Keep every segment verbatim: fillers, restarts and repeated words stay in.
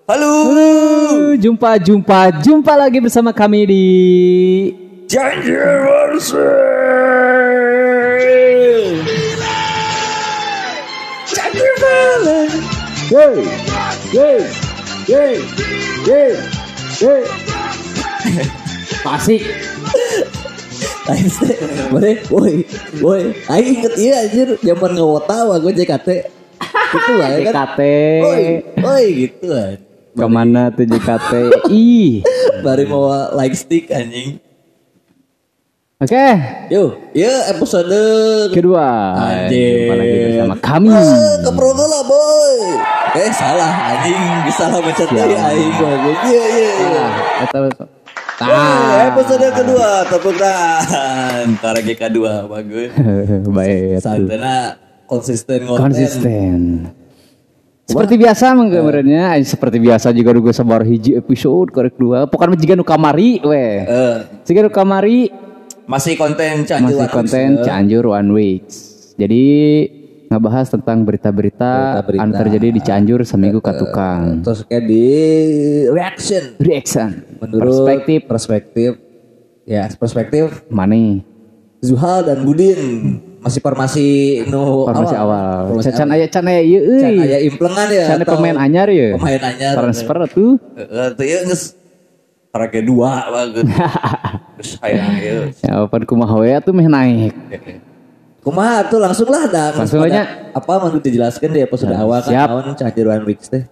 Halo. Halo, jumpa, jumpa, jumpa lagi bersama kami di Cianjur Warsa. Cianjur Valley. Hey, hey, hey, hey, hey. Asik. Aing teh, boleh, boy, boy. Aing inget iya anjir, zaman ngewota wah gue J K T. Gitu lah ya J K kan. T. Oi, oi gitu lah. Kemana tuh J K T? Ih. Bari mau like stick anjing. Oke, Yuk, ya episode kedua. Anjing. Jumpa lagi bersama kami. Ah, keprogo lah boy. Eh salah anjing, salah mencet tadi aing bagus. Iya iya iya. Eta Ah, episode kedua tepuk tangan para G K dua bagus. baik. Santana konsisten konten. Konsisten. Seperti biasa menggambarnya, seperti biasa juga gue sabar hiji episode korek dua. Pokoknya juga nu kamari we. Eh, Siga nu kamari masih konten Cianjur masih One konten Weeks, Cianjur One Weeks. Jadi ngebahas tentang berita-berita Berita-berita. anu terjadi di Cianjur seminggu ka tukang. terus kayak di reaction Reaction. menurut Perspektif perspektif ya perspektif mana? Zuhal dan Budin masih formasi nu Formasi awal. Formasi Can awal. aya can aya ieu Can euy. aya implengan ya Can aya atau pemain anyar ya. pemain anyar Transfer tuh. Heeh, teu ieu geus parake dua bagus. Terus hayang ieu. Ya apa kumaha we atuh meh naik. Kumaha tuh langsung lah dah. Langsung Pada- nya. apa mau dijelaskan di episode Nah, awal kan siap. naon Cianjur One Weeks teh.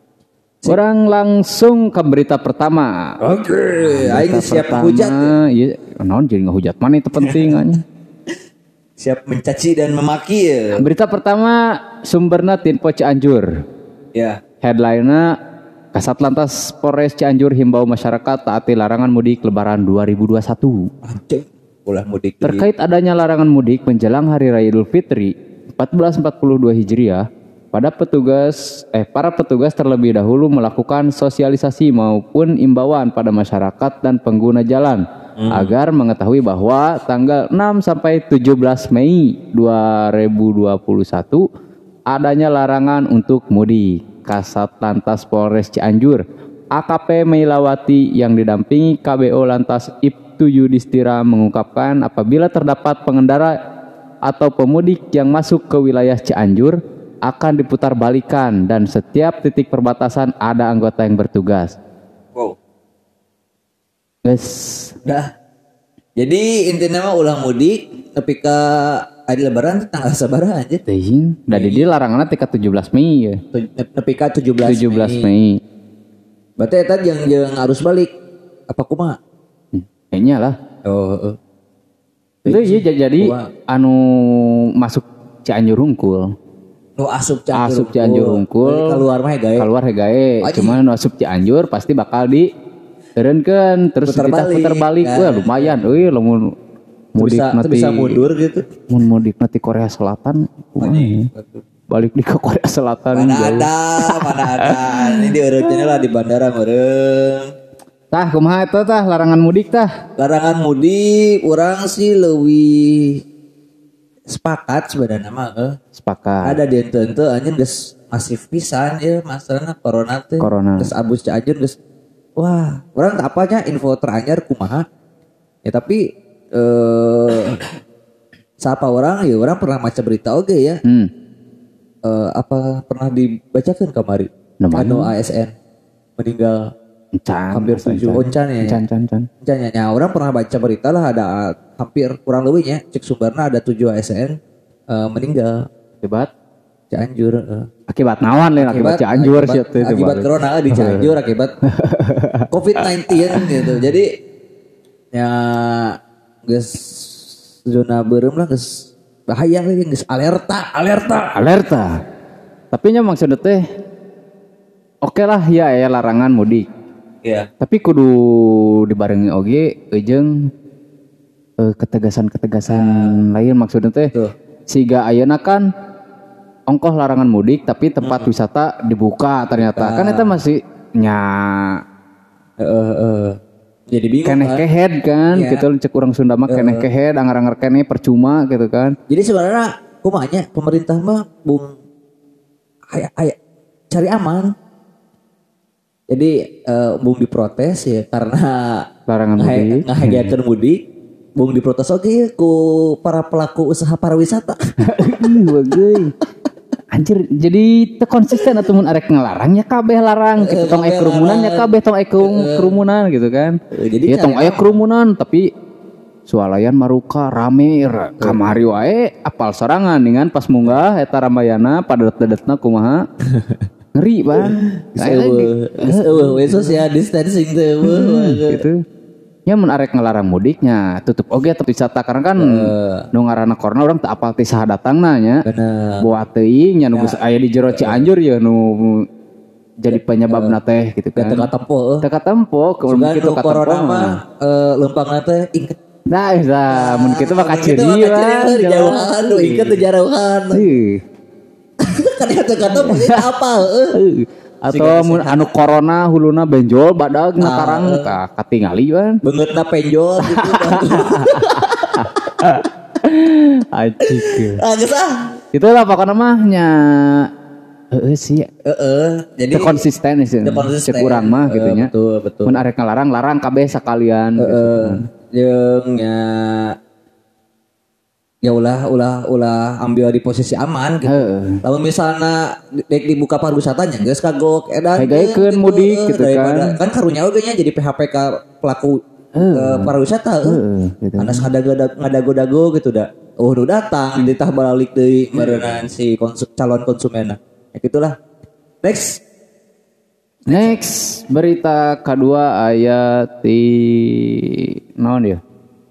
Orang langsung ke berita pertama. Oke, aing Berita siap pertama, hujat. Iya, naon jadi ngehujat mana itu penting anya. Siap mencaci dan memaki ya. Berita pertama sumberna Tinpo Cianjur. Ya. Headline-na Kasatlantas Polres Cianjur himbau masyarakat taati larangan mudik Lebaran dua ribu dua puluh satu. Anjing. Ulah mudik. di- Terkait adanya larangan mudik menjelang Hari Raya Idul Fitri seribu empat ratus empat puluh dua Hijriah, pada petugas eh para petugas terlebih dahulu melakukan sosialisasi maupun imbauan pada masyarakat dan pengguna jalan agar mengetahui bahwa tanggal enam sampai tujuh belas Mei dua ribu dua puluh satu adanya larangan untuk mudik. Kasatlantas Polres Cianjur A K P Meilawati yang didampingi K B O Lantas Ibtu Yudhistira mengungkapkan apabila terdapat pengendara atau pemudik yang masuk ke wilayah Cianjur akan diputar balikan dan setiap titik perbatasan ada anggota yang bertugas. Wow. Guys, Dah. Jadi intinya mah ulah mudik tapi ke hari lebaran tanggal sabaraha aja. teuing dari dia laranganna tika tujuh belas Mei ya. Tapi ke tujuh belas tujuh belas Mei. Mei. Berarti eta jeung jeung arus balik. Apa kumaha? Hmm, Kayaknya lah. Oh, heeh. Itu iya j- jadi Kumaha? anu masuk Cianjur Hungkul. Nu asup Cianjur. Asup Cianjur Hungkul. Berarti keluar mah gawe. Keluar hegae. Aji. Cuman nu asup Cianjur pasti bakal di eureunkeun terus Putar kita balik, putar balik. kan. Wah lumayan euy lamun mudik bisa, nanti bisa mundur gitu. mun mudik nanti Korea Selatan kumaha ya? Balik di ke Korea Selatan Mana jauh. ada, mana ada. Ini di urutnya lah di bandara meureun. Tah kumaha eta tah larangan mudik tah Larangan mudik orang sih lebih sepakat sebenarnya mah eh. sepakat. Ada di ente-ente anjing geus masif pisan ya masalahna corona teh. Corona. Geus abus Cianjur geus wah, orang tak apanya info teranyar kumaha. Ya tapi eh siapa orang ya orang pernah maca berita oge ya. Hmm. Eh, apa pernah dibacakan kemari? Nu mana? Anu A S N meninggal Encan. hampir tujuh oncan ya. Encan, encan, encan. Misalnya, ya, orang pernah baca berita lah ada uh, hampir kurang lebihnya cek sumbernya ada tujuh A S N uh, meninggal Akibat Cianjur. Uh. akibat naon lain akibat Cianjur sih akibat, itu itu akibat balik. corona di Cianjur akibat covid sembilan belas gitu. Jadi ya guys zona berem lah guys bahaya lagi guys alerta alerta. Alerta. Tapi nya maksudnya teh oke lah ya ya larangan mudik. Iya. Tapi kudu dibarengi oge jeung eh, ketegasan-ketegasan lain maksudnya teh. Tuh. Siga ayeuna kan ongkoh larangan mudik tapi tempat wisata dibuka ternyata. Kan eta masih nya Heeh heeh. Jadi bingung keneh kan. kehead kan Iya. gitu cek urang Sunda mah keneh kehead anger-anger keneh percuma gitu kan. Jadi sebenarnya kumanya pemerintah mah bung aya aya cari aman. Jadi eh, bung diprotes ya karena Larangan mudik. ngahegeakeun mudik. Bung diprotes oke ku para pelaku usaha pariwisata. Ih, bageuy. Anjir, jadi teu konsisten atuh mun arek ngelarang nya kabeh larang, gitu tong aya kerumunan nya kabeh tong aya kerumunan gitu kan. Jadi Ieu tong aya kerumunan tapi sualayan maruka rame kamari wae apal sorangan dengan pas munggah eta ramayana padet-dedetna kumaha. Ngeri, Bang. Eueuh, eueuh we social distancing teh eueuh. Gitu. Ya mun arek ngelarang mudiknya tutup oge tempat wisata karena kan uh, nu ngaranna corona urang teu apal teh saha datangna nya. Bener. Buat teuing nya nu geus aya di jero Cianjur ya nu jadi penyebabna teh gitu kan. Teu katempo heuh. Teu katempo kalau kitu katempo corona mah eh leumpangna teh inget. Nah, bisa mun kitu mah kaceuri mah jauhan nu inget teh jarauhan. Heuh. Kan teu katempo apa heuh. Atau mun anu corona huluna benjol badag ngatarang ka katingali kan beungeutna penjol gitu. Acik. Ah geus ah. Itulah pokokna mah nya heeh sih. Heeh. Jadi konsisten sih. Cek urang mah gitu nya. Betul, betul. Mun arek ngalarang larang kabeh sakalian heeh. Jeung nya ya ulah ulah ulah ambil di posisi aman gitu. Heeh. Lamun misalna dek dibuka pariwisatanya geus kagok edan gaekeun mudik gitu kan. Kan karunya oge nya jadi P H P K pelaku uh, pariwisata heeh. Gitu. Anas ngadago-dago gitu dah. Oh udah datang ditah balik deui barengan si konsum, calon konsumenna. Ya gitulah. Next. Next berita kedua ayat di naon ya?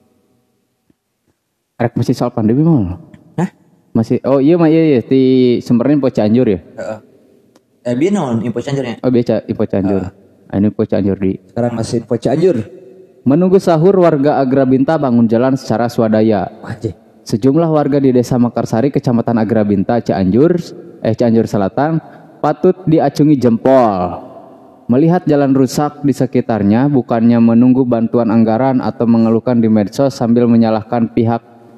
Arek masih soal pandemi mah. Hah? Masih oh iya mah iya, iya. Di sumbernya Info Cianjur ya. Heeh. Eh bieu naon Info Cianjurnya? Oh biasa Info Cianjur. Uh. Ini Info Cianjur di. Sekarang masih Info Cianjur. Menunggu sahur warga Agrabinta bangun jalan secara swadaya. Wajib. Sejumlah warga di Desa Mekarsari, Kecamatan Agrabinta, Cianjur, eh Cianjur Selatan, patut diacungi jempol. Melihat jalan rusak di sekitarnya, bukannya menunggu bantuan anggaran atau mengeluhkan di medsos sambil menyalahkan pihak,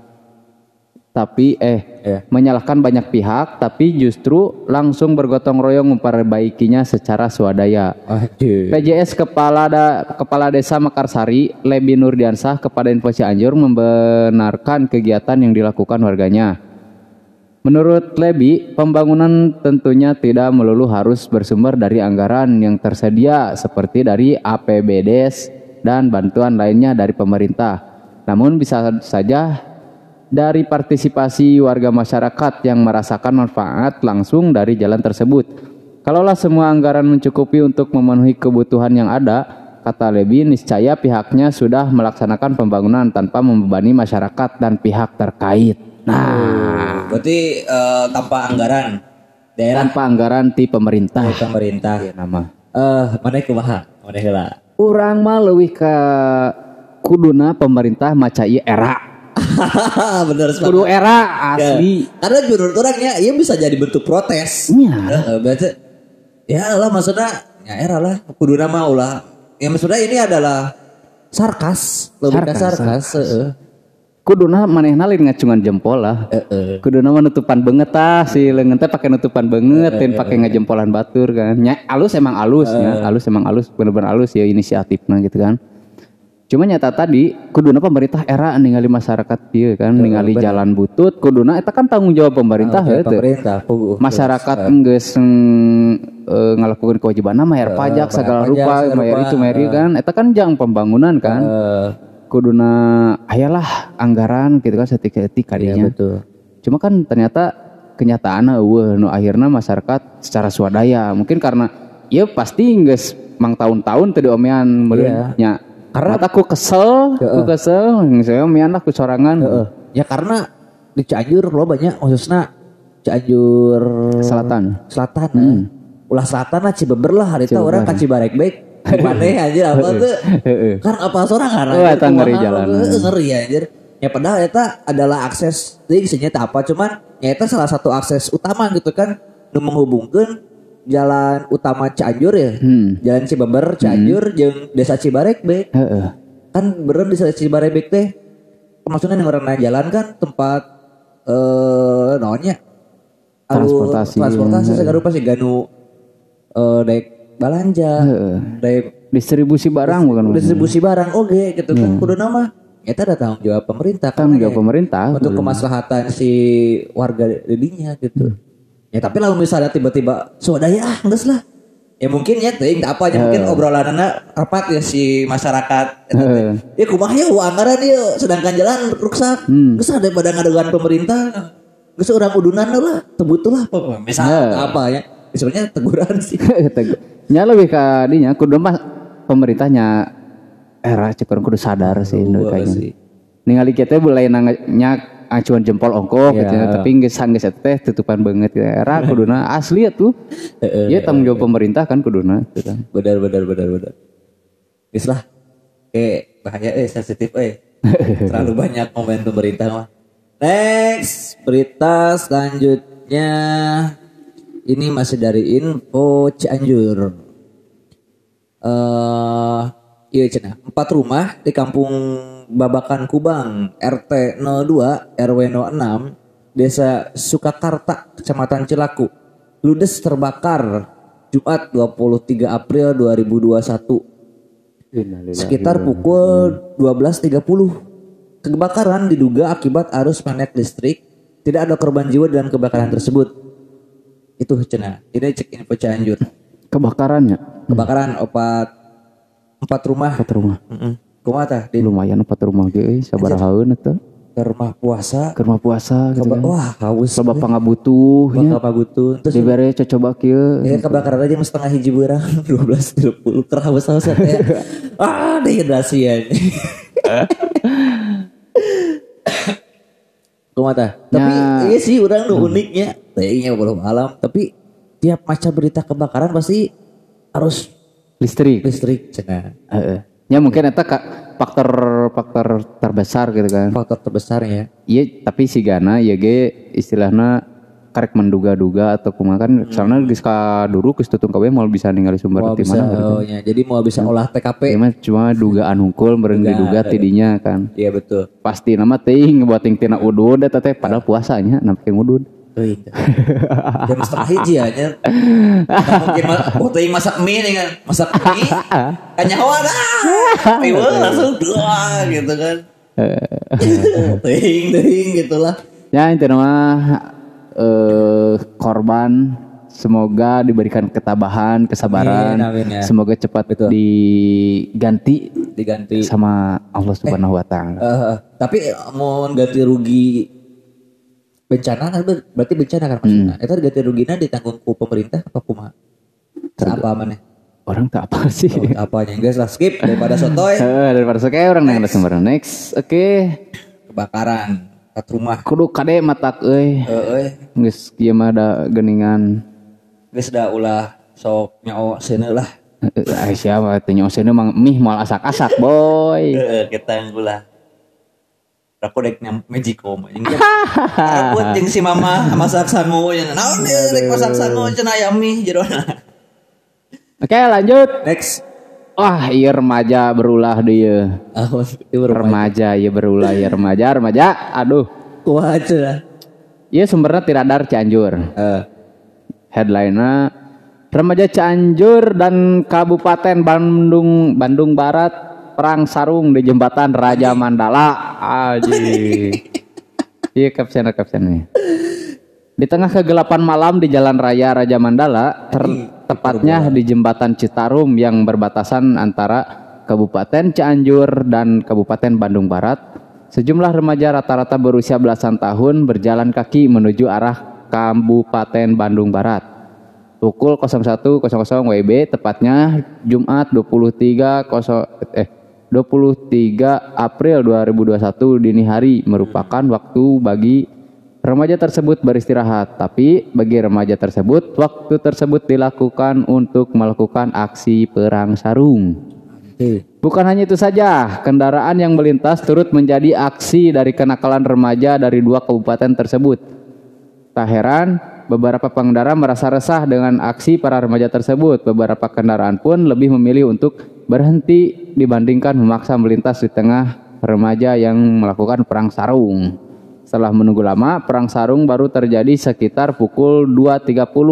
tapi eh yeah. menyalahkan banyak pihak, tapi justru langsung bergotong royong memperbaikinya secara swadaya. Aduh. P J S Kepala da, Kepala Desa Mekarsari, Lebi Nurdiansah kepada Info Cianjur membenarkan kegiatan yang dilakukan warganya. Menurut Lebi, pembangunan tentunya tidak melulu harus bersumber dari anggaran yang tersedia seperti dari A P B Des dan bantuan lainnya dari pemerintah. Namun bisa saja dari partisipasi warga masyarakat yang merasakan manfaat langsung dari jalan tersebut. Kalaulah semua anggaran mencukupi untuk memenuhi kebutuhan yang ada, kata Lebi, niscaya pihaknya sudah melaksanakan pembangunan tanpa membebani masyarakat dan pihak terkait. Nah, berarti uh, tanpa anggaran daerah, tanpa anggaran ti pemerintah. Ti pemerintah. Ya, nama. Eh, uh, mana kumaha? Mana heula? Urang mah leuwih ka kuduna pemerintah maca ieu era. Bener sekali. Kudu era asli. Ya. Karena menurut orangnya ia bisa jadi bentuk protes. Iya. Uh, berarti ya lah maksudnya ya era lah kuduna mah ulah. Ya maksudnya ini adalah sarkas, lebih sarkas. sarkas. Heeh. Kuduna manehna lain ngacungan jempol lah. Heeh. Kuduna mah nutupan banget tah si leungeun teh pake nutupan banget, teh pake ngajempolan batur kan. Nya alus emang alus nya, alus emang alus, bener-bener alus ya inisiatifna gitu kan. Cuma nyata tadi kuduna pemerintah era ningali masyarakat ieu kan, ningali bener. Jalan butut, kuduna eta kan tanggung jawab pemerintah heuh. Pemerintah. Masyarakat geus uh, ngalakukeun kewajibanna mayar pajak segala rupa, mayar itu mayar ieu kan. Eta kan jang pembangunan kan. Uh. Kuduna ayalah anggaran gitu kan setik-setik kadinya. Iya, betul. Cuma kan ternyata kenyataanna eueuh nu akhirna masyarakat secara swadaya. Mungkin karena ya pasti geus mang tahun-tahun teu diomean meureun nya. Karena aku kesel, aku kesel, saya omean lah ku sorangan. Heeh. Ya karena di Cianjur lo banyak khususna Cianjur Selatan. Selatan. Hmm. Ulah selatan lah Cibeber lah hari itu orang ka Cibarek baik. Maneh anjir apa tuh? Kan apa sorangan oh, eta ngeri jalan. Ngeri anjir. Ya padahal eta adalah akses deui nya teh apa cuman ya eta salah satu akses utama gitu kan nu menghubungkeun jalan utama Cianjur ya. Hmm. Jalan Cibeber, Cianjur hmm. jeung Desa Cibarek bae. Heeh. Kan bener di Desa Cibarek bae teh maksudnya yang orang jalan kan tempat eh naonnya transportasi. Transportasi segala rupa sih ganu eh daek balanja, Heeh. rek Distribusi barang bukan distribusi barang oge gitu kan kudu nama. Eta ada tanggung jawab pemerintah kan. tanggung jawab pemerintah Untuk kudu. kemaslahatan si warga didinya gitu. Ya tapi lalu misalnya tiba-tiba swadaya ah geus lah. Ya mungkin ya teuing teu apa nya mungkin obrolanna rapat ya si masyarakat. Eta teh. Ya kumaha ya anggaran ieu sedangkan jalan rusak. Geus ada pada ngadegan pemerintah. Geus urang udunan lah teu butuh lah misalnya apa ya. Ya, sebenarnya teguran sih. Nya lebih ka dinya kudu mah pemerintahnya era cekur kudu sadar sih Gua kayaknya. sih. Ningali kita boleh nanya acuan jempol ongko Iya. gitu ya, tapi geus geus eta teh tutupan banget ya. Era kuduna asli atuh. Ieu tanggung jawab pemerintah kan kuduna gitu kan. Benar benar benar benar. Geus lah. Kayak bahaya eh sensitif eh. Terlalu banyak momen pemerintah mah. Next, berita selanjutnya ini masih dari info Cianjur. Eh, iya cenah. Empat rumah di Kampung Babakan Kubang, R T nol dua, R W nol enam, Desa Sukakarta, Kecamatan Cilaku, ludes terbakar Jumat dua puluh tiga April dua ribu dua puluh satu. Sekitar pukul dua belas tiga puluh. Kebakaran diduga akibat arus pendek listrik. Tidak ada korban jiwa dalam kebakaran tersebut. Itu cenah. Ini cek info Cianjur. Kebakarannya Kebakaran opat empat rumah. empat rumah. Heeh. Kumaha tah? Di Lumayan empat rumah ge euy sabarahaeun eta. rumah puasa. Keur mah puasa gitu Keba- kan. wah, haus. Loba pangabutuh Bakal nya. pagutun. Terus Dibere cocoba kieu. ya kebakaran aja mah setengah hiji beurang dua belas tiga puluh keur haus-haus ya. Ah, dehidrasi ya. Kumaha tah? Tapi Ya. iya sih urang nu uniknya. Teuingnya belum alam, tapi tiap macam berita kebakaran pasti harus Listrik. listrik cenah. Heeh. Ya mungkin eta ka- faktor faktor terbesar gitu kan. Faktor terbesar ya. Iya, tapi si Gana ya ge istilahna karek menduga-duga atau kumaha kan soalnya geus ka duru geus tutung kabeh moal bisa ningali sumber Mau di bisa mana gitu. oh, ya. Jadi mau bisa olah T K P. Ieu mah cuma dugaan hungkul meureun diduga tidinya kan. Iya betul. Pasti nama teuing buating tina udud eta teh padahal puasanya nampikeun udud. Teuing. Jam setengah hiji ya nya. Nah, mungkin ma- oh teuing masak mie nih kan. Masak mie. Kanyawa dah. Ieu langsung dua gitu kan. Teuing teuing gitulah. Ya intinya mah eh, korban semoga diberikan ketabahan, kesabaran, Amin, amin, ya. semoga cepat Betul. diganti Diganti. sama Allah Subhanahu Wa Taala. Eh, tapi mau ganti rugi bencana kan ber- berarti bencana kan maksudnya. Itu ganti ruginya ditanggung ku pemerintah apa kumaha? Apa mana? Orang tak apa sih? Oh, apanya guys lah skip daripada sotoy. Eh, daripada sekaya orang yang ada sumber. Next, oke. Kebakaran empat rumah. Kudu kade matak euy. Heeh. Geus kieu mah da geuningan. Geus da ulah sok nyao seuneu lah. Eh, Aisyah mah teh nyoseuna mah mih moal asak-asak boy. Heeh, kita yang ulah. Aku dek nyam Magicom anjing. Aku jeung si mama masak sangu nya. Naon ieu dek masak sangu cenah aya mie jerona. Oke, lanjut. Next. Wah, iya remaja berulah dia. Ah, itu remaja. Remaja iya berulah ya remaja, remaja. Aduh. Kumaha cenah? Iya sumbernya Tiradar Cianjur. Eh, Headline-nya remaja Cianjur dan Kabupaten Bandung Bandung Barat perang sarung di jembatan Raja Mandala. Aji. Iya caption captionnya. Di tengah kegelapan malam di Jalan Raya Raja Mandala, ter- tepatnya di jembatan Citarum yang berbatasan antara Kabupaten Cianjur dan Kabupaten Bandung Barat, sejumlah remaja rata-rata berusia belasan tahun berjalan kaki menuju arah Kabupaten Bandung Barat. Pukul nol satu nol nol W B tepatnya Jumat dua puluh tiga eh dua puluh tiga April dua ribu dua puluh satu dini hari merupakan waktu bagi remaja tersebut beristirahat, tapi bagi remaja tersebut, waktu tersebut dilakukan untuk melakukan aksi perang sarung. Bukan hanya itu saja, kendaraan yang melintas turut menjadi aksi dari kenakalan remaja dari dua kabupaten tersebut. Tak heran, beberapa pengendara merasa resah dengan aksi para remaja tersebut. Beberapa kendaraan pun lebih memilih untuk berhenti dibandingkan memaksa melintas di tengah remaja yang melakukan perang sarung. Setelah menunggu lama, perang sarung baru terjadi sekitar pukul dua tiga puluh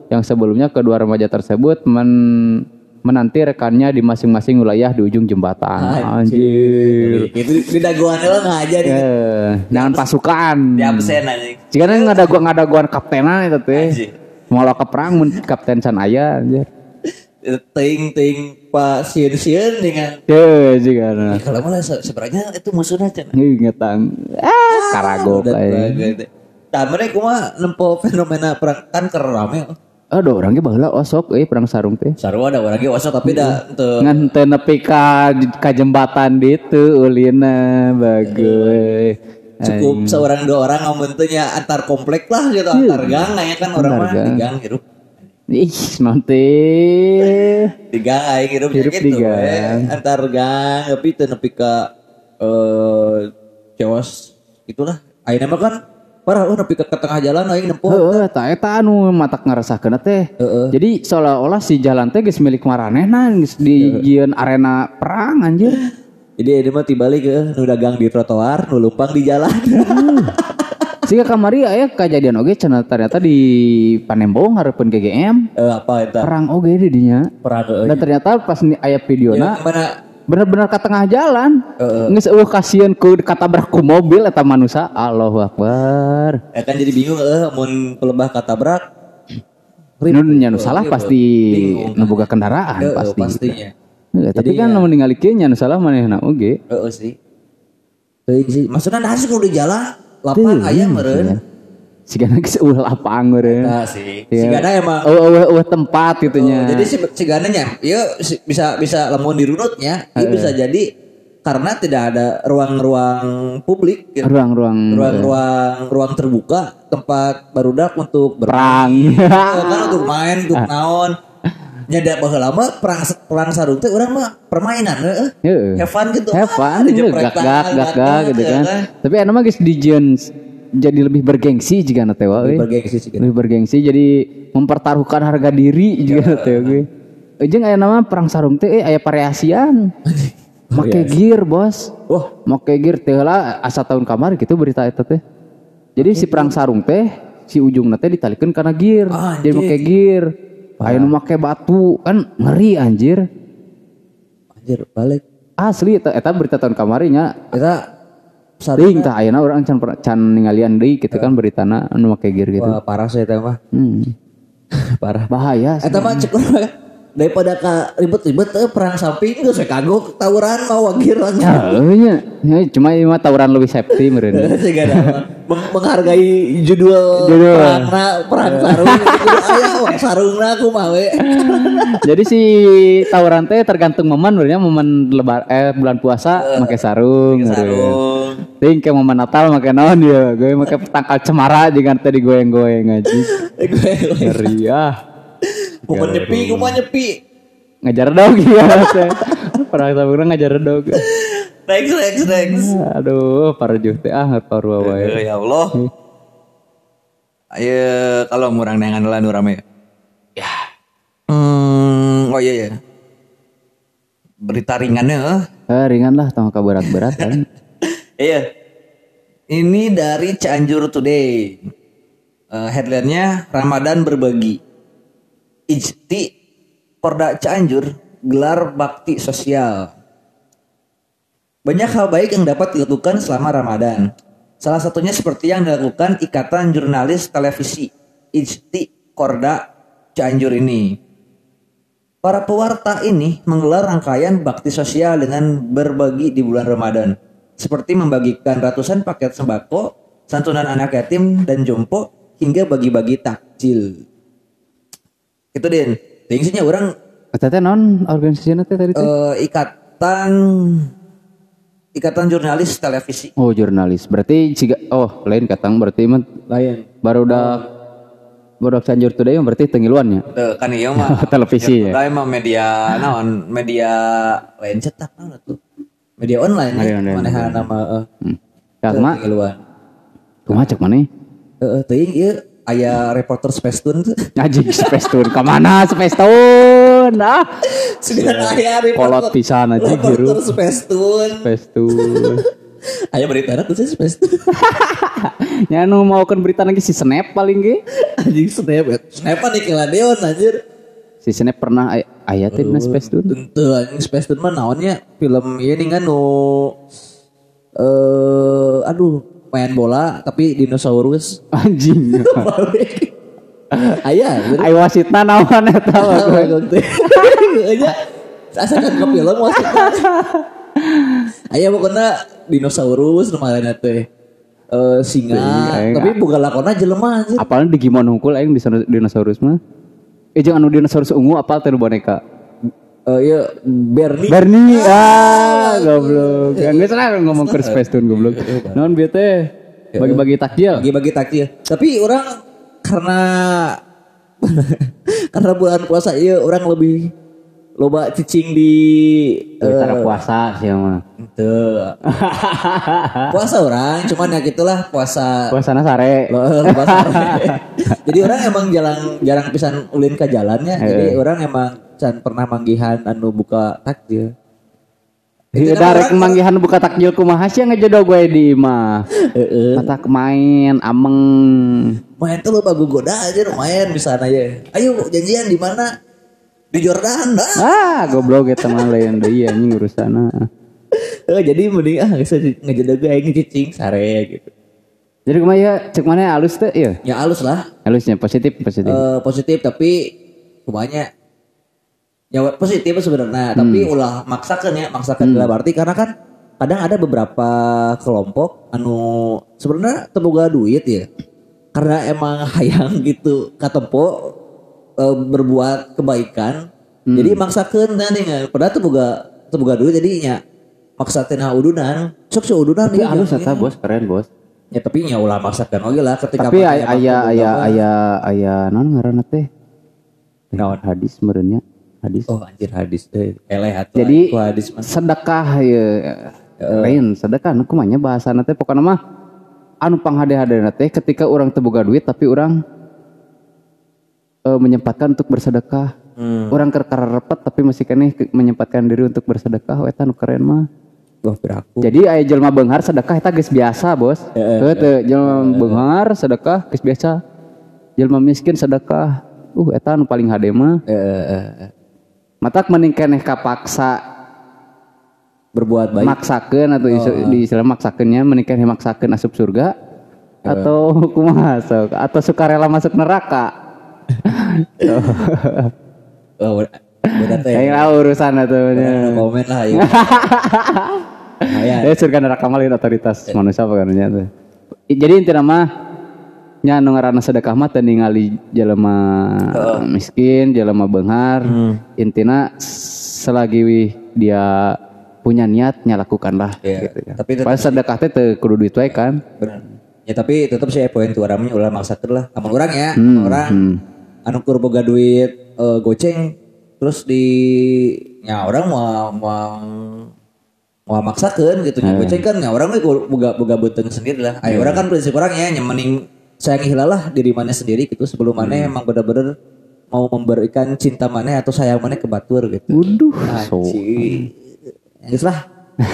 yang sebelumnya kedua remaja tersebut men- menanti rekannya di masing-masing wilayah di ujung jembatan. Anjir. Itu di daguan lo ngajar gitu. Eh, dengan pasukan. Di absen anjing. Jika nggak ada gua nggak ada guan kaptenan itu teh. Mau ke perang mun kapten can aya anjir. Ting ting pak sieun-sieun dengan Teu jika. kalau malah se- sebenarnya itu musuhnya cenah. Ngetang. Ah, karagok aya. Tah mereka kumaha nempo fenomena perang kan keur rame. Aduh orangnya baheula osok euy perang sarung teh. Sarua ada orang ge osok tapi da teu Ngan teu nepi ka ka jembatan ditu ulina bagus. cukup seorang dua orang ngomongnya antar komplek lah gitu antar gang ya kan orang mah di gang hirup. Ih, nanti Di gang aing hirup Hirup di gitu gang. we. Antar gang tapi teu nepi ka eh cewas gitulah. Ayeuna mah kan parah oh nepi ka tengah jalan aing nempuh. Heeh, eta eta anu matak ngarasakeun teh. Jadi seolah-olah si jalan teh geus milik maranehna geus dijieun arena perang anjir. Jadi ini mah tibalik ke nu dagang di trotoar, nu lumpang di jalan. Sehingga kamari aya kejadian oge cenah ternyata di Panembong hareupeun G G M Eh apa eta? perang oge di dinya. Perang euy. Dan ternyata pas ni aya videona Mana bener-bener ke tengah jalan. Geus eueuh kasieun ku katabrak ku mobil eta manusia. Allahu Akbar. ya kan jadi bingung eh mun pelebah katabrak. Nu nya nu salah pasti nu boga kendaraan Heeh, pasti. pastinya. Heeh, tapi kan lamun ningali kieu nya nu salah manehna oge. Heeh sih. Teuing sih. Maksudna nasi kudu di jalan lapang aya meureun. Sigana geus eueuh lapang meureun. Nah sih. Sigana emang eueuh eueuh eueuh tempat gitu nya. jadi si sigana nya ieu si- bisa bisa lamun dirunutnya ieu bisa jadi karena tidak ada ruang-ruang publik gitu. Ruang-ruang ruang-ruang ruang terbuka tempat barudak untuk perang. bermain kan untuk main untuk naon nyada baheula lama perang perang sarung teh urang mah permainan heeh Heeh. have fun gitu Have fun, dijeprek gak gak tangan, gak gak gitu kan. Tapi anu mah geus dijieun jadi lebih bergengsi jika na teh we. bergengsi sih gitu. Lebih bergengsi jadi mempertaruhkan harga diri juga na teh we. Jeung aya nama perang sarung teh eh aya pareasian. Make gear, Bos. Wah, Make gear teh lah asa tahun kamari gitu berita eta teh. Jadi si perang sarung teh si ujungna teh ditalikeun kana gear. Ah, Jadi make gear. Aya nu make batu kan ngeri anjir. anjir balik Asli eta eta berita tahun kamari nya. kita Saring tah ayeuna urang can can ningalian deui gitu kan beritana anu make gear gitu. wah parah sih eta mah Hmm. parah Bahaya. eta mah cek daripada ka ribet-ribet teh perang samping geus we kagok tawuran mah wagir Ya, nya nya. Ya, cuma ieu mah tawuran lebih safety meureun. Sigana meng- menghargai judul, Judul. perangna perang sarung kudu aya wah sarungna kumaha we. Jadi si tawuran teh tergantung momen sebenarnya momen lebar eh bulan puasa make sarung. Sarung. Ting ke momen Natal make naon ya? Gue make tangkal cemara jeung teh digoyang-goyang aja. Gue Ngeri ah. kumaha nyepi kumaha nyepi. Ngajar dog ya teh. Perang sarung ngajar dog. Next next next. Aduh, parajuh teh ah parua wae. Ya Allah. Ayo kalau murang nengan lah nu rame. Ya. Hmm, oh iya ya. Berita ringannya eh. Eh, ringan lah tong berat-berat kan. Iya. Ini dari Cianjur Today. Uh, headline-nya Ramadan berbagi. Ijti Porda Cianjur gelar bakti sosial. Banyak hal baik yang dapat dilakukan selama Ramadan. Salah satunya seperti yang dilakukan Ikatan Jurnalis Televisi Ijti Porda Cianjur ini. Para pewarta ini menggelar rangkaian bakti sosial dengan berbagi di bulan Ramadan. Seperti membagikan ratusan paket sembako, santunan anak yatim dan jompo, hingga bagi-bagi takjil. Itu Din. Tingsinya orang Eta teh non organisasinya teh tadi teh. eh, ikatan Ikatan Jurnalis Televisi. Oh, jurnalis. Berarti ciga oh, lain katang berarti mah Lain. baru udah baru Cianjur Today berarti tengiluannya. Tuh kan iya mah Televisi ya. Today mah media naon? Media lain cetak naon tuh. Media online Media ya. online. Manehan nama eh Hmm. Kagma, keluar. kumaha cek maneh? Heeh, teuing ieu aya reporter Space Tune tuh. Anjing Space Tune. Ka mana Space Tune? Ah. Sudah aya reporter. Kolot pisan aja Reporter giru. Space Tune. Space Tune. Aya berita tuh sih Space Tune. Nya nu maukeun berita lagi si Snap paling ge. Anjing Snap. Snap Nickelodeon anjir. Si Snap pernah ay- aya teh na Space Tune. Tentu anjing Space Tune mah naonnya film ini kan nu eh aduh main bola tapi dinosaurus. Anjing. Aya. Ai wasitna naon eta we. Aja. Asa kan ke film wasitna. Aya pokoknya dinosaurus lumayan teh. Eh singa, tapi bukan lakona jelema anjir. Apalna Digimon hungkul aing dinosaurus mah. Eh jeung anu dinosaurus ungu apal teh boneka. Eh iya Bernie. Bernie ah goblok. Geus lah ngomong ke Space Tune goblok. Naon bieu teh? Bagi-bagi takjil. Bagi-bagi takjil. Tapi orang karena karena bulan puasa ieu orang lebih loba cicing di Cara uh, puasa sih mah. Tuh. Puasa orang, cuman ya gitulah puasa. Puasana sare. Loba sare. Jadi orang emang jarang jarang pisan ulin ke jalannya. Jadi orang emang can pernah manggihan anu buka takjil. Jadi darek manggihan buka takjil kumaha sih ngejodoh gue di imah. Heeh. Mata main ameng. Main tuh loba gogoda aja lumayan di sana ya. Ayo janjian di mana? Di Jordan dah. Ah, goblok eta mah lain deui anjing urusana. Eh jadi mending ah geus ngejodoh gue aing cicing sare gitu. Jadi kumaha ya cek mana halus teh ieu? Ya halus lah. Halusnya positif positif. Uh, positif tapi kumanya ya positif sebenarnya hmm. tapi ulah maksakeun ya maksakeun hmm. berarti karena kan kadang ada beberapa kelompok anu sebenarnya teboga duit ya karena emang hayang gitu katempo uh, berbuat kebaikan hmm. jadi maksakeun nanti nggak padahal teboga teboga duit jadinya maksa tina udunan sok si udunan tapi halus eta bos keren bos ya tapi nya ulah maksakeun oge lah ketika tapi aya aya aya aya aya naon ngaranna teh naon hadis meureunnya hadis. Oh anjir hadis teh eleh atuh. Jadi hadis mah sedekah ya lain sedekah nu kumanya bahasana teh pokona mah anu panghade-hadena teh ketika orang teu boga duit tapi orang e, menyempatkan untuk bersedekah. Hmm. Orang keur karepet tapi masih keneh menyempatkan diri untuk bersedekah eta nu keren mah. Wah beraku. Jadi aya jelema beunghar sedekah eta geus biasa, Bos. Heuh teu jelema beunghar sedekah geus biasa. Jelema miskin sedekah uh eta nu paling hade mah. Heeh. Matak mending keneh kapaksa berbuat baik maksakeun atau oh. di istilah maksakeunnya mending keneh maksakeun asup surga uh. atau kumaha sok atau sukarela masuk neraka. Oh, udah teh. Kayak urusan atuh nya. Komen lah ya. Ya surga neraka mah lain otoritas manusia apa kan nya teh. Jadi intina mah nya anu ngaranna sedekah mah teu ningali jelema uh. miskin, jelema beunghar. Hmm. Intina selagi dia punya niat nya lakukanlah yeah. gitu ya. Tapi pas sedekah teh teu kudu duit wae kan. Benar. Ya tapi tetep sih poin tu urang ulah maksakeun lah. Amun urang ya, hmm. orang hmm. anu keur boga duit uh, goceng terus di nya orang mau mau mau maksakeun gitu nya goceng kan nya urang we boga boga beuteung sendiri lah. Aya urang kan prinsip urang ya nya mending sayangi lah diri mana sendiri gitu sebelum mana hmm. emang benar-benar mau memberikan cinta mana atau sayang mana ke batur gitu. Waduh, so. Geus lah.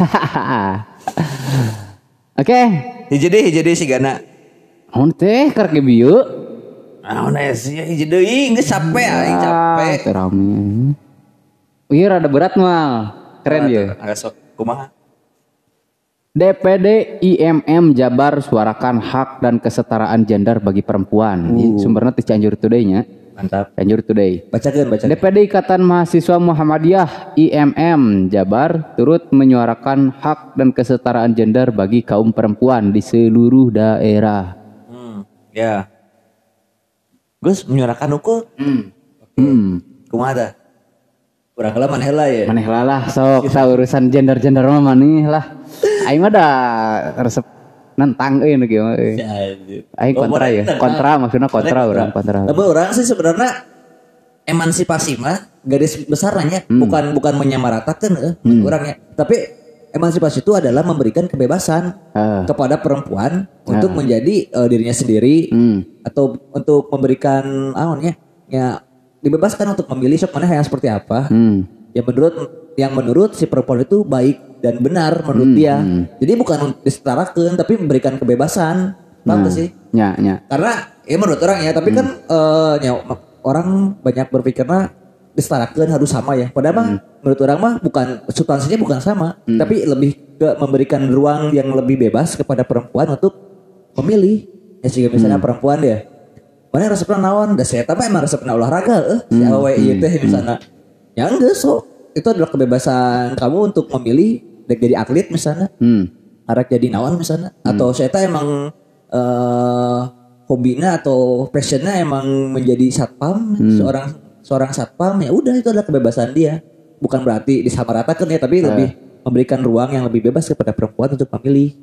Oke, hiji deui hiji deui sigana. Naon teh keur ge bieu? Naon sih hiji deui geus capek aing capek. Teh rame. Ieu rada berat mal. Keren ya. Agak sok kumaha? D P D I M M Jabar suarakan hak dan kesetaraan gender bagi perempuan. Uh. Sumbernya di Cianjur Today nya. Mantap. Cianjur Today. Bacakeun bacakeun. D P D Ikatan Mahasiswa Muhammadiyah I M M Jabar turut menyuarakan hak dan kesetaraan gender bagi kaum perempuan di seluruh daerah. Hmm, ya. Gus menyuarakan hukum. Hmm. Hmm. Kumaha tah? Urang heula maneh heula ya. Maneh heula lah sok urusan gender-gender mah maneh lah. Aing mah da resep nentang euy nu kieu mah euy. Aing kontra ya. Kontra maksudna kontra urang kontra. Tapi urang sih sebenarnya emansipasi mah garis besarnya hmm. bukan bukan menyamaratakeun euy hmm. urangnya. Tapi emansipasi itu adalah memberikan kebebasan uh. kepada perempuan uh. untuk menjadi uh, dirinya sendiri hmm. atau untuk memberikan aonnya ya dibebaskan untuk memilih sok mana yang seperti apa. Hmm. Ya menurut yang menurut si perempuan itu baik dan benar menurut Hmm, dia. hmm. Jadi bukan disetarakan tapi memberikan kebebasan. Paham Nah, gak sih? nya nya. Karena ya menurut orang ya, tapi kan eh, ya, orang banyak berpikirnya disetarakan harus sama ya. Padahal mah menurut orang mah bukan substansinya bukan sama, tapi lebih ke memberikan ruang yang lebih bebas kepada perempuan untuk memilih. Ya sih misalnya perempuan dia, mana resepnya naon? Da saya tapi emang resepnya olahraga, eh si awewe ieu teh misalnya. Ya enggak so, itu adalah kebebasan kamu untuk memilih dek jadi atlet misalnya, Hmm. arek jadi naon misalnya, atau saya teh emang eh hobinya atau passionnya emang menjadi satpam, seorang seorang satpam, ya udah itu adalah kebebasan dia. Bukan berarti disamaratakan ya, tapi lebih memberikan ruang yang lebih bebas kepada perempuan untuk memilih.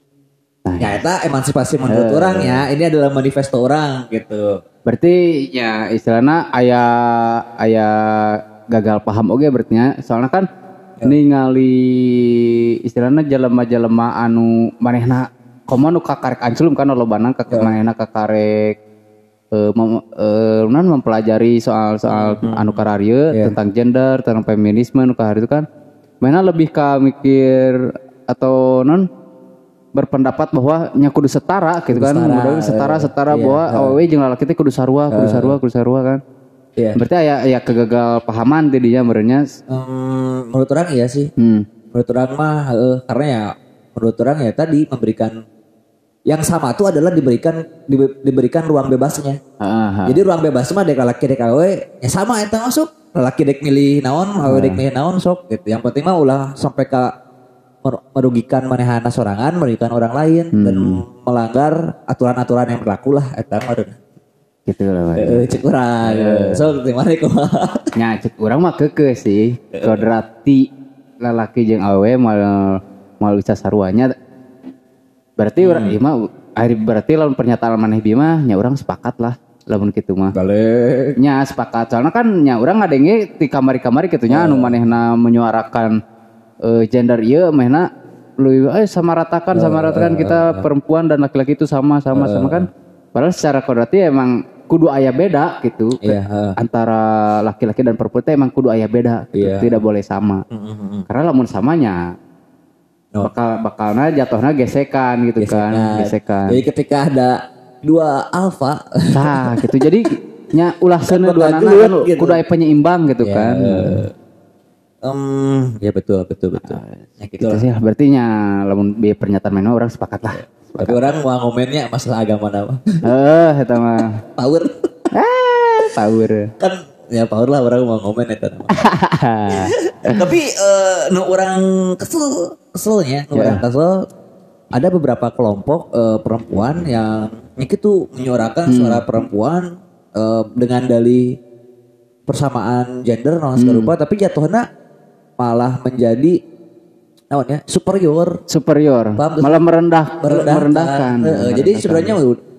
Ya itu emansipasi menurut orang ya. Ini adalah manifesto orang gitu. Berarti ya istilahnya aya aya gagal paham oge berarti nya. Soalnya kan ningali istilahnya jelema-jelema anu manehna komo nu kakarek anculum kan lobana ka manehna kakarek eh mem, eh, non mempelajari soal-soal anu kararieu tentang gender, tentang feminisme nu kahari itu kan. Mana lebih ka mikir atau non berpendapat bahwa nya kudu setara gitu kan, mudah setara setara iya, bahwa awewe jeung lalaki teh kudu sarua, kudu sarua, kudu sarua kan. Iya. Berarti aya aya kegagal pahaman tidinya merenya. Hmm, menurut orang iya sih. Hmm. Menurut orang mah heeh, karena ya menurut orang ya tadi memberikan yang sama itu adalah diberikan di- diberikan ruang bebasnya. Heeh. Jadi ruang bebas mah dek laki dek awewe ya sama eta masuk. Laki dek milih naon, awewe dek milih naon sok gitu. Yang penting mah ulah sampai ka mer- merugikan manehana sorangan, merugikan orang lain dan melanggar aturan-aturan yang berlaku lah eta mah. Gitu lah. Heeh, cek urang. Sok di mana kumaha? Nya cek urang mah keukeuh sih. Kodrati lalaki jeung awewe mal mal bisa saruanya. Berarti urang ieu mah ari berarti lamun pernyataan maneh bieu mah nya urang sepakat lah lamun kitu mah. Balik. Nya sepakat soalnya kan nya urang ngadenge di kamari-kamari kitu nya anu manehna menyuarakan eh, gender ieu manehna leuwih eh samaratakan samaratakan kita perempuan dan laki-laki itu sama sama sama kan. Padahal secara kodrati emang kudu aya beda gitu. Iya, heeh. Antara laki-laki dan perempuan itu emang kudu aya beda gitu. Iya. Tidak boleh sama. Karena lamun samanya No. bakal bakalna jatuhna gesekan gitu kan, gesekan. Jadi ketika ada dua alfa, Nah, gitu. Jadi nya ulah seuneu dua nana gelut kan gitu. kudu aya penyeimbang gitu kan. em ya betul betul betul. Ya gitu Gitu lah. sih berarti nya lamun bieu pernyataan mana orang sepakat lah. Tapi orang mau ngomennya masalah agama nama. Eh eta mah. Power. Ah, power. Kan ya power lah orang mau ngomen eta nama. Tapi eh nu orang kesel keselnya, nu orang kesel ada beberapa kelompok eh, perempuan yang itu menyuarakan suara perempuan eh, dengan dalih persamaan gender non serupa tapi jatuhnya malah menjadi naon ya superior Superior. Paham tuh? Malah merendah merendahkan. merendahkan. Heeh, jadi sebenarnya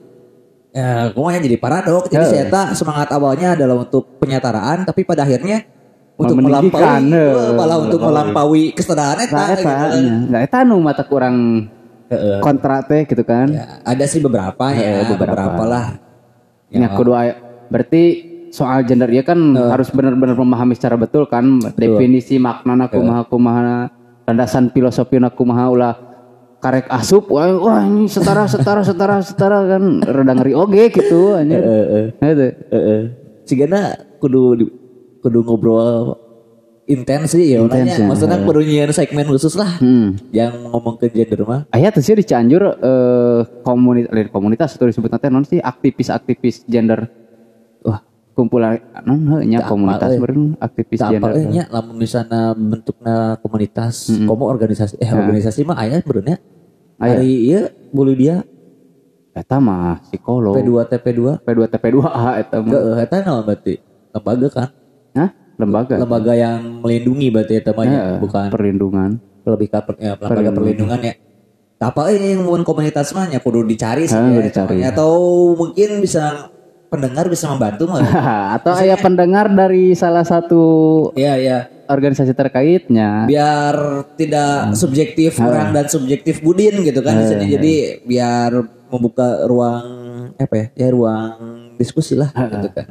ya kumanya jadi paradoks. Jadi saya tak semangat awalnya adalah untuk penyetaraan tapi pada akhirnya untuk Meninggikan, melampaui heuh. eh, malah untuk melampaui kesetaraan eta Nah, gitu eta, kan. nah, eta nu mata kurang kontra teh gitu kan. Ya, ada sih beberapa ya, Heeh, beberapa. beberapa lah. Ya, kudu aya- berarti soal gender ya kan harus benar-benar memahami secara betul kan definisi maknana kumaha kumaha landasan filosofi kumaha ulah karek asup wah, wah ini setara setara setara setara kan rada ngeri oge gitu anjir. Heeh. Heeh. Heeh. Sigana kudu di- kudu ngobrol intens sih ya Intens makanya ya, maksudnya kudu nyian segmen khusus lah Hmm. yang ngomong ke gender mah. Aya tuh sih di Cianjur eh, komunitas komunitas itu disebut nanti non sih aktivis-aktivis gender. Wah, kumpulan non nya komunitas eh. beureun aktivis Tak gender. apa eh nya lamun misalnya bentukna komunitas komo organisasi eh Nah. organisasi mah aya beurnya. Aya. Hari ieu bulu dia Eta mah psikolog. P dua T P dua. P dua T P dua A eta mah. Heeh, eta naon berarti? Lembaga kan? Hah? Lembaga. Lembaga yang melindungi berarti eta mah nya, Heeh, bukan perlindungan. lebih ke per- ya, lembaga perlindungan ya. Apa ini yang mau komunitas mah ya kudu dicari sih Ah, ya, kudu dicari. namanya. Atau mungkin bisa pendengar bisa membantu mah. Atau aya pendengar dari salah satu Iya ya. organisasi terkaitnya. Biar tidak subjektif orang dan subjektif Budin gitu kan di sini. Jadi biar membuka ruang apa ya? Ya ruang diskusi lah gitu kan.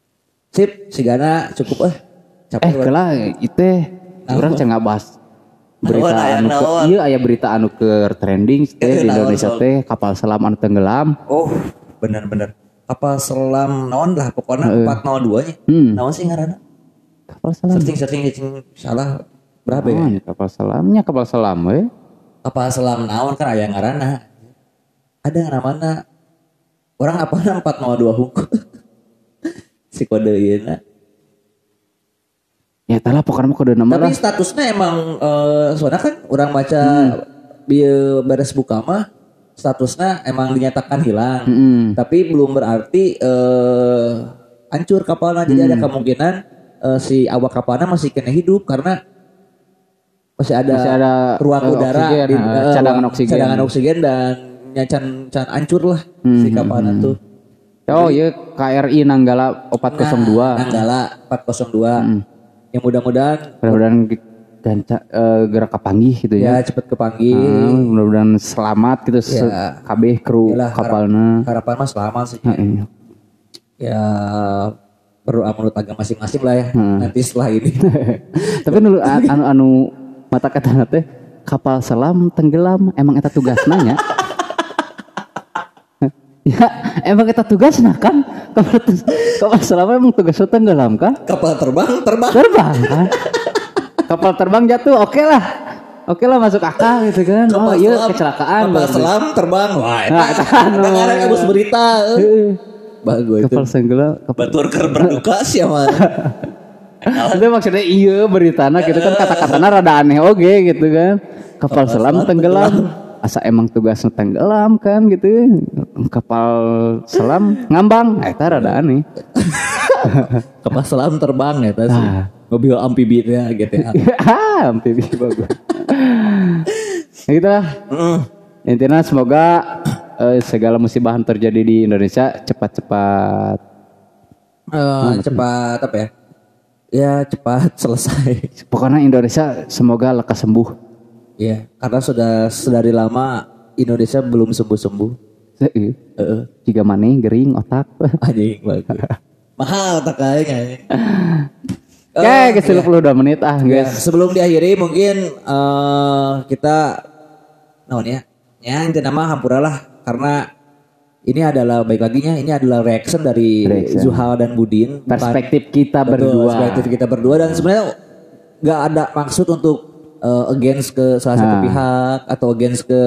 Sip, sigana cukup eh. Capek Eh banget. kelah itu urang can ngabahas berita Naon, aya anu ke, naon? iya aya berita anu ke trending teh di Naon, Indonesia sok. teh kapal selam anu tenggelam. Oh, bener-bener. Kapal selam naon lah pokoknya empat nol dua nya. Hmm. Naon sih ngaranna? Kapal selam. Searching-searching searching salah berapa ya? Oh, kapal selamnya kapal selam we. Kapal selam naon kan aya ngaranna. Ada ngaranna. Orang apana empat nol dua hukum. Si kode ieu. Ya tah lah pokoknya mah kode nama Tapi lah. statusnya emang eh soalnya kan orang baca bieu beres buka mah statusnya emang dinyatakan hilang. Hmm. Tapi belum berarti eh hancur kapalnya. Jadi ada kemungkinan eh, si awak kapalnya masih kena hidup karena masih ada, Masih ada, ruang eh, udara oksigen, di, eh, eh, cadangan ruang- oksigen. cadangan oksigen dan nyacan can hancur lah Hmm, si kapalnya tuh. Oh iya K R I Nanggala empat nol dua. Nah, Nanggala empat nol dua. Yang mudah-mudahan Mudah-mudahan ganca eh, gerak kepanggih gitu ya ya. cepet kepanggil. Ah, mudah-mudahan selamat gitu se Ya. kabeh kru Yalah, kapalna. harap- harapan mah selamat sih. Heeh. Ya berdoa menurut agama masing-masing lah ya. Nanti setelah ini. Tapi dulu anu anu mata kata teh kapal selam tenggelam emang eta tugasna nya. Ya, emang kita tugasna kan kapal kapal selam emang tugasnya tenggelam kan? Kapal terbang, terbang. Terbang kan? Kapal terbang jatuh oke lah. Oke lah masuk akal gitu kan. Oh Kapal iya selam- kecelakaan. Kapal bagus. selam terbang. Wah, Nah, eta eta anu. ada ngarang abis berita. eh. Heeh. Bagus itu. Kapal tenggelam. Kapal Batur keur berduka sih mah. Tapi maksudnya iya beritana gitu kan kata-katanya rada aneh oge gitu kan. Kapal selam tenggelam. Asa emang tugasnya tenggelam kan gitu. Kapal selam ngambang. Eh, eta rada aneh. Kapal selam terbang ya tadi. Ah. Mobil amfibinya G T A. Ah, amfibi bagus. Ya gitu lah. Mm. Intinya semoga eh, segala musibah yang terjadi di Indonesia cepat-cepat Eh, cepat apa ya? Ya cepat selesai. pokoknya Indonesia semoga lekas sembuh. Iya, karena sudah sedari lama Indonesia belum sembuh-sembuh. Heeh. Heeh. Jika maneh gering otak. Anjing bagus. Mahal tak kayaknya. Oke, ke sepuluh puluh dua menit ah, Ya, guys. sebelum diakhiri mungkin eh, kita naon ya? Ya inti nama hampura lah karena ini adalah baik laginya ini adalah reaction dari Reaction. Zuhal dan Budin. Bukan- Perspektif kita Betul, berdua. perspektif kita berdua dan sebenarnya nggak ada maksud untuk eh, against ke salah satu Nah. pihak atau against ke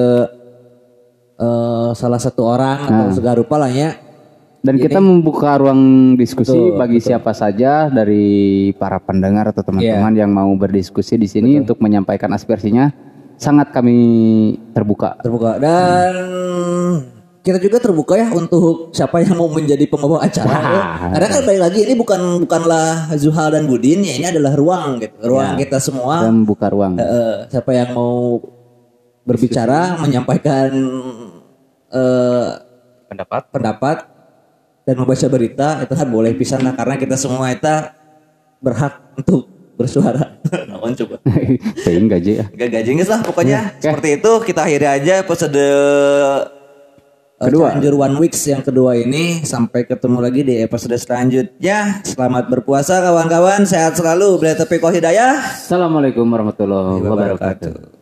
eh, salah satu orang atau Nah. segala rupa lah ya. Dan Ini- kita membuka ruang diskusi Betul, bagi siapa saja dari para pendengar atau teman-teman yang mau berdiskusi di sini untuk menyampaikan aspirasinya. Sangat kami terbuka. Terbuka dan kita juga terbuka ya untuk siapa yang mau menjadi pembawa acara. ya. Karena kan balik lagi ini bukan bukanlah Zuhal dan Budin ya, ini adalah ruang gitu. Ruang Ya. kita semua. Dan membuka ruang. Eh, siapa yang mau berbicara, menyampaikan eh, Pendapat. pendapat dan membaca berita itu kan boleh pisan lah karena kita semua itu berhak untuk bersuara. Naon coba. Paying gaji ya. Gak gaji nges lah pokoknya. Oke. Seperti itu kita akhiri aja episode Kedua. Cianjur One Weeks yang kedua ini. Sampai ketemu lagi di episode selanjutnya. Selamat berpuasa kawan-kawan. Sehat selalu. Bila tepi hidayah. Assalamualaikum warahmatullahi wabarakatuh.